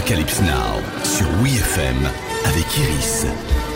Arocalypse Now sur WeFM avec Iris.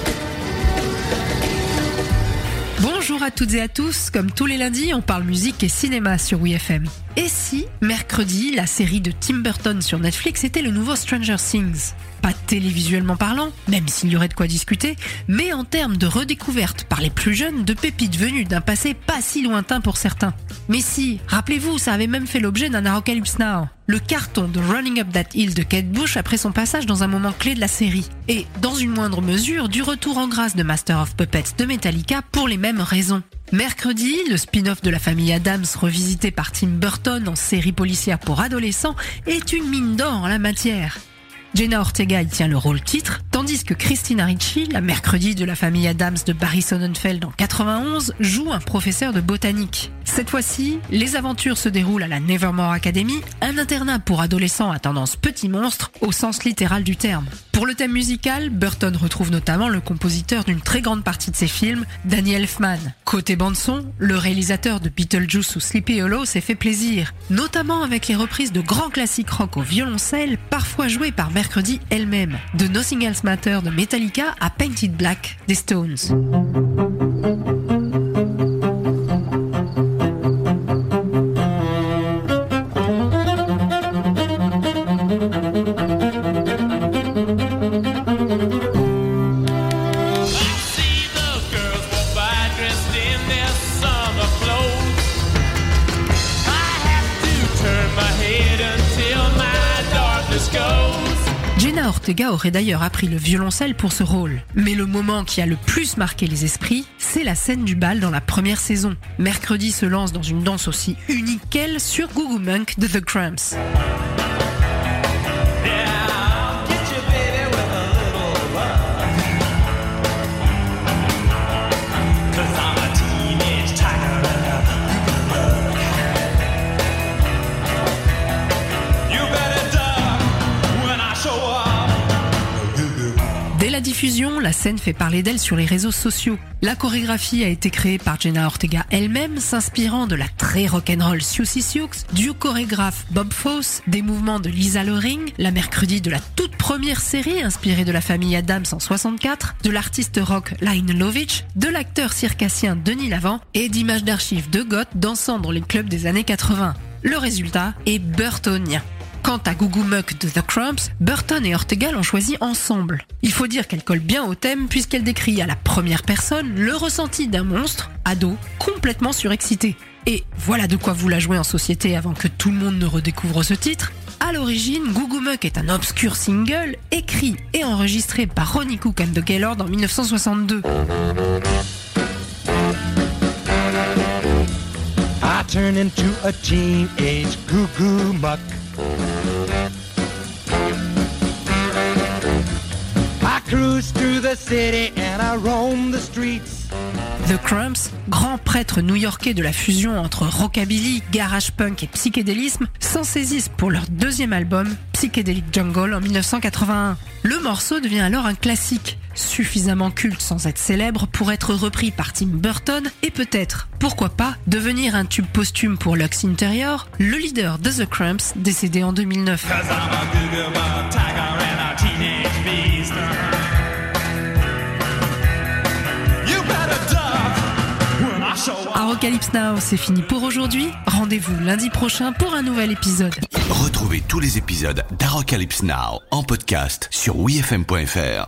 Bonjour à toutes et à tous, comme tous les lundis, on parle musique et cinéma sur WeFM. Et si, mercredi, la série de Tim Burton sur Netflix était le nouveau Stranger Things ? Pas télévisuellement parlant, même s'il y aurait de quoi discuter, mais en termes de redécouverte par les plus jeunes de pépites venues d'un passé pas si lointain pour certains. Mais si, rappelez-vous, ça avait même fait l'objet d'un Arocalypse Now. Le carton de Running Up That Hill de Kate Bush après son passage dans un moment clé de la série. Et, dans une moindre mesure, du retour en grâce de Master of Puppets de Metallica pour les mêmes raisons. Mercredi, le spin-off de la famille Addams revisité par Tim Burton en série policière pour adolescents est une mine d'or en la matière. Jenna Ortega y tient le rôle titre, tandis que Christina Ricci, la mercredi de la famille Addams de Barry Sonnenfeld en 91, joue un professeur de botanique. Cette fois-ci, les aventures se déroulent à la Nevermore Academy, un internat pour adolescents à tendance petit monstre au sens littéral du terme. Pour le thème musical, Burton retrouve notamment le compositeur d'une très grande partie de ses films, Danny Elfman. Côté bande-son, le réalisateur de Beetlejuice ou Sleepy Hollow s'est fait plaisir, notamment avec les reprises de grands classiques rock au violoncelle, parfois joués par Mercredi elle-même, de Nothing Else Matters de Metallica à Painted Black des Stones. Jenna Ortega aurait d'ailleurs appris le violoncelle pour ce rôle. Mais le moment qui a le plus marqué les esprits, c'est la scène du bal dans la première saison. Mercredi se lance dans une danse aussi unique qu'elle sur Goo Goo Monk de The Cramps. Dès la diffusion, la scène fait parler d'elle sur les réseaux sociaux. La chorégraphie a été créée par Jenna Ortega elle-même, s'inspirant de la très rock'n'roll Siouxsie Sioux, du chorégraphe Bob Fosse, des mouvements de Lisa Loring, la mercredi de la toute première série inspirée de la famille Addams en 64, de l'artiste rock Lionel Lovitch, de l'acteur circassien Denis Lavant et d'images d'archives de goth dansant dans les clubs des années 80. Le résultat est burtonien. Quant à Goo Goo Monk de The Cramps, Burton et Ortega l'ont choisi ensemble. Il faut dire qu'elle colle bien au thème puisqu'elle décrit à la première personne le ressenti d'un monstre, ado, complètement surexcité. Et voilà de quoi vous la jouer en société avant que tout le monde ne redécouvre ce titre. À l'origine, Goo Goo Monk est un obscur single écrit et enregistré par Ronnie Cook and the Gaylord en 1962. I turn into a teenage Goo Goo Muck. I cruise through the city and I roam the streets. The Cramps, grand prêtre new-yorkais de la fusion entre rockabilly, garage punk et psychédélisme, s'en saisissent pour leur deuxième album, Psychedelic Jungle, en 1981. Le morceau devient alors un classique, suffisamment culte sans être célèbre pour être repris par Tim Burton et peut-être, pourquoi pas, devenir un tube posthume pour Lux Interior, le leader de The Cramps, décédé en 2009. Arocalypse Now, c'est fini pour aujourd'hui. Rendez-vous lundi prochain pour un nouvel épisode. Retrouvez tous les épisodes d'Arocalypse Now en podcast sur wefm.fr.